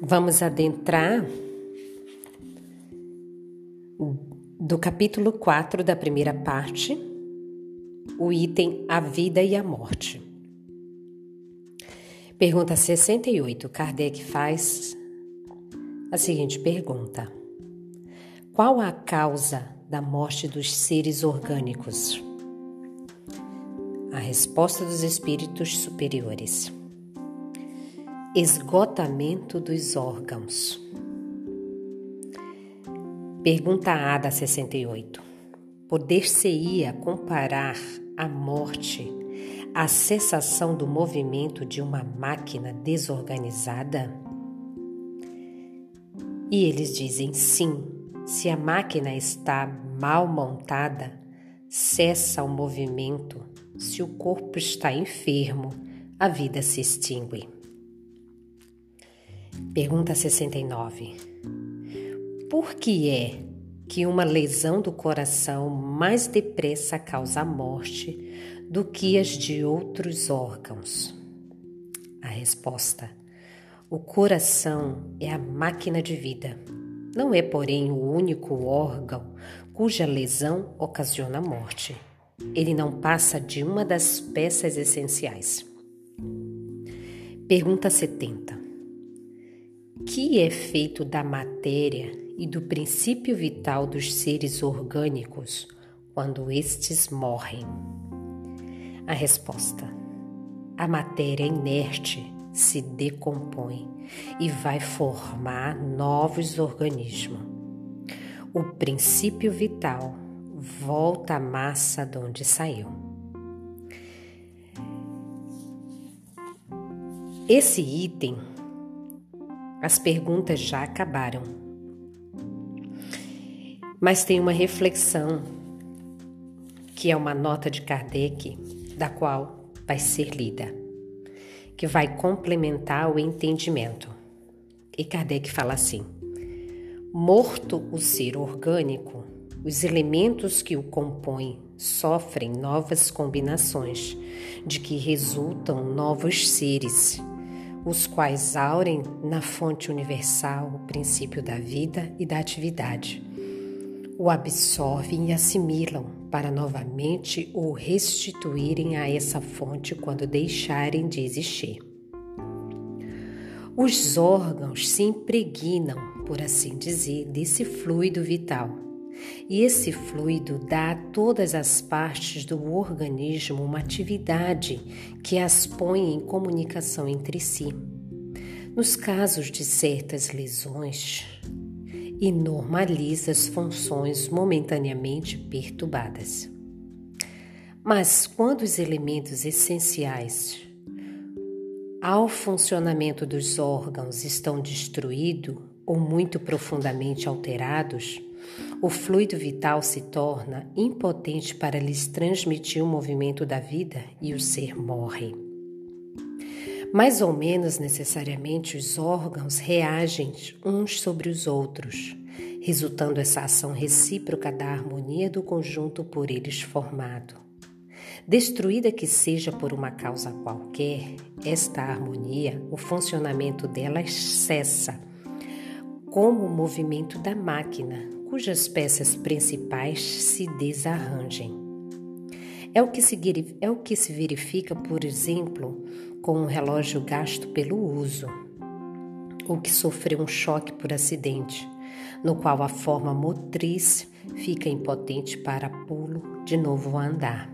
Vamos adentrar do capítulo 4 da primeira parte, o item A Vida e a Morte. Pergunta 68. Kardec faz a seguinte pergunta: qual a causa da morte dos seres orgânicos? A resposta dos espíritos superiores: esgotamento dos órgãos. Pergunta A da 68. Poder-se-ia comparar a morte à cessação do movimento de uma máquina desorganizada? E eles dizem sim. Se a máquina está mal montada, cessa o movimento. Se o corpo está enfermo, a vida se extingue. Pergunta 69. Por que é que uma lesão do coração mais depressa causa a morte do que as de outros órgãos? A resposta: o coração é a máquina de vida. Não é, porém, o único órgão cuja lesão ocasiona a morte. Ele não passa de uma das peças essenciais. Pergunta 70. Que é feito da matéria e do princípio vital dos seres orgânicos quando estes morrem? A resposta: a matéria inerte se decompõe e vai formar novos organismos. O princípio vital volta à massa de onde saiu. Esse item, as perguntas já acabaram, mas tem uma reflexão, que é uma nota de Kardec, da qual vai ser lida, que vai complementar o entendimento. E Kardec fala assim: morto o ser orgânico, os elementos que o compõem sofrem novas combinações, de que resultam novos seres, os quais aurem na fonte universal o princípio da vida e da atividade. O absorvem e assimilam para novamente o restituírem a essa fonte quando deixarem de existir. Os órgãos se impregnam, por assim dizer, desse fluido vital. E esse fluido dá a todas as partes do organismo uma atividade que as põe em comunicação entre si. Nos casos de certas lesões, e normaliza as funções momentaneamente perturbadas. Mas quando os elementos essenciais ao funcionamento dos órgãos estão destruídos ou muito profundamente alterados, o fluido vital se torna impotente para lhes transmitir o movimento da vida e o ser morre. Mais ou menos necessariamente os órgãos reagem uns sobre os outros, resultando essa ação recíproca da harmonia do conjunto por eles formado. Destruída que seja por uma causa qualquer, esta harmonia, o funcionamento dela cessa, como o movimento da máquina, cujas peças principais se desarranjem. É o que se verifica, por exemplo, com um relógio gasto pelo uso, ou que sofreu um choque por acidente, no qual a forma motriz fica impotente para pô-lo de novo a andar.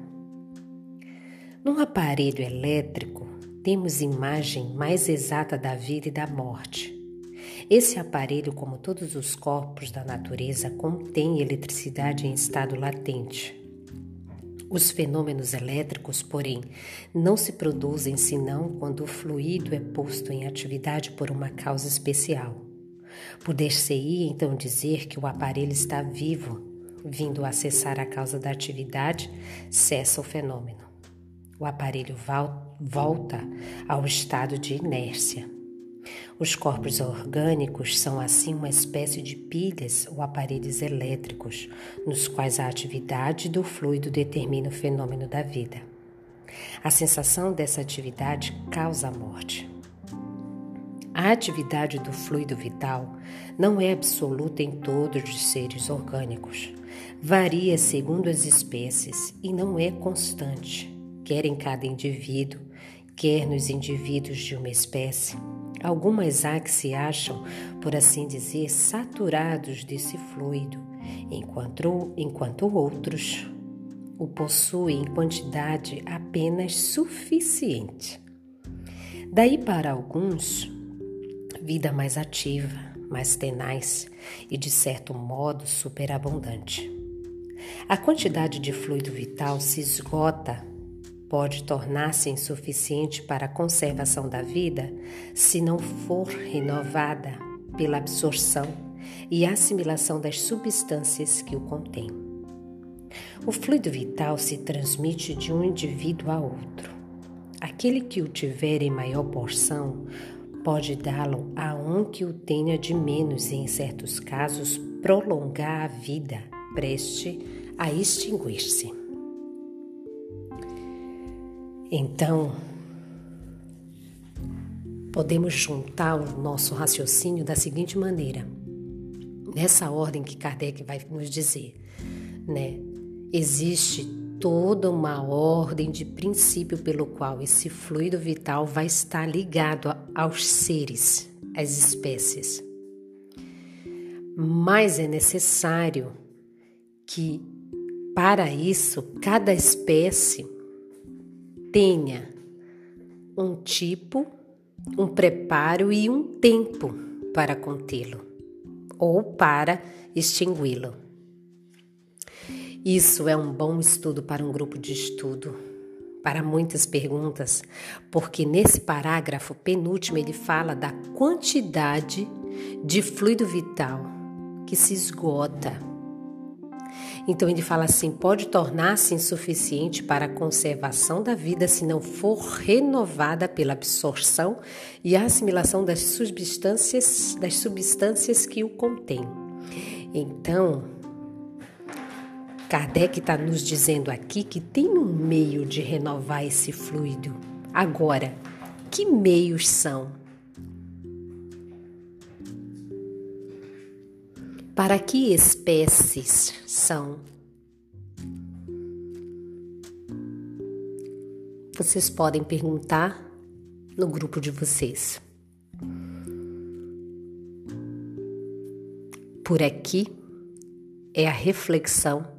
Num aparelho elétrico, temos imagem mais exata da vida e da morte. Esse aparelho, como todos os corpos da natureza, contém eletricidade em estado latente. Os fenômenos elétricos, porém, não se produzem senão quando o fluido é posto em atividade por uma causa especial. Poder-se-ia então dizer que o aparelho está vivo, vindo a cessar a causa da atividade, cessa o fenômeno. O aparelho volta ao estado de inércia. Os corpos orgânicos são assim uma espécie de pilhas ou aparelhos elétricos, nos quais a atividade do fluido determina o fenômeno da vida. A sensação dessa atividade causa a morte. A atividade do fluido vital não é absoluta em todos os seres orgânicos. Varia segundo as espécies e não é constante, quer em cada indivíduo, quer nos indivíduos de uma espécie. Algumas há que se acham, por assim dizer, saturados desse fluido, enquanto outros o possuem em quantidade apenas suficiente. Daí para alguns, vida mais ativa, mais tenaz e, de certo modo, superabundante. A quantidade de fluido vital se esgota, pode tornar-se insuficiente para a conservação da vida se não for renovada pela absorção e assimilação das substâncias que o contêm. O fluido vital se transmite de um indivíduo a outro. Aquele que o tiver em maior porção pode dá-lo a um que o tenha de menos e, em certos casos, prolongar a vida preste a extinguir-se. Então, podemos juntar o nosso raciocínio da seguinte maneira, nessa ordem que Kardec vai nos dizer, né? Existe toda uma ordem de princípio pelo qual esse fluido vital vai estar ligado aos seres, às espécies. Mas é necessário que, para isso, cada espécie tenha um tipo, um preparo e um tempo para contê-lo ou para extingui-lo. Isso é um bom estudo para um grupo de estudo, para muitas perguntas, porque nesse parágrafo penúltimo ele fala da quantidade de fluido vital que se esgota. Então ele fala assim, pode tornar-se insuficiente para a conservação da vida se não for renovada pela absorção e assimilação das substâncias que o contêm. Então, Kardec está nos dizendo aqui que tem um meio de renovar esse fluido. Agora, que meios são? Para que espécies são? Vocês podem perguntar no grupo de vocês. Por aqui é a reflexão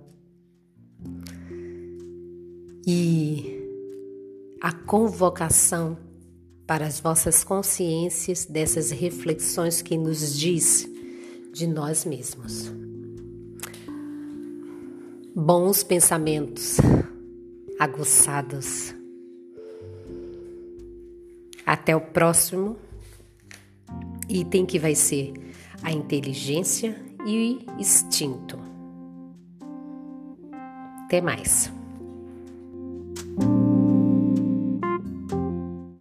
e a convocação para as vossas consciências dessas reflexões que nos diz de nós mesmos. Bons pensamentos aguçados. Até o próximo item, que vai ser a inteligência e o instinto. Até mais.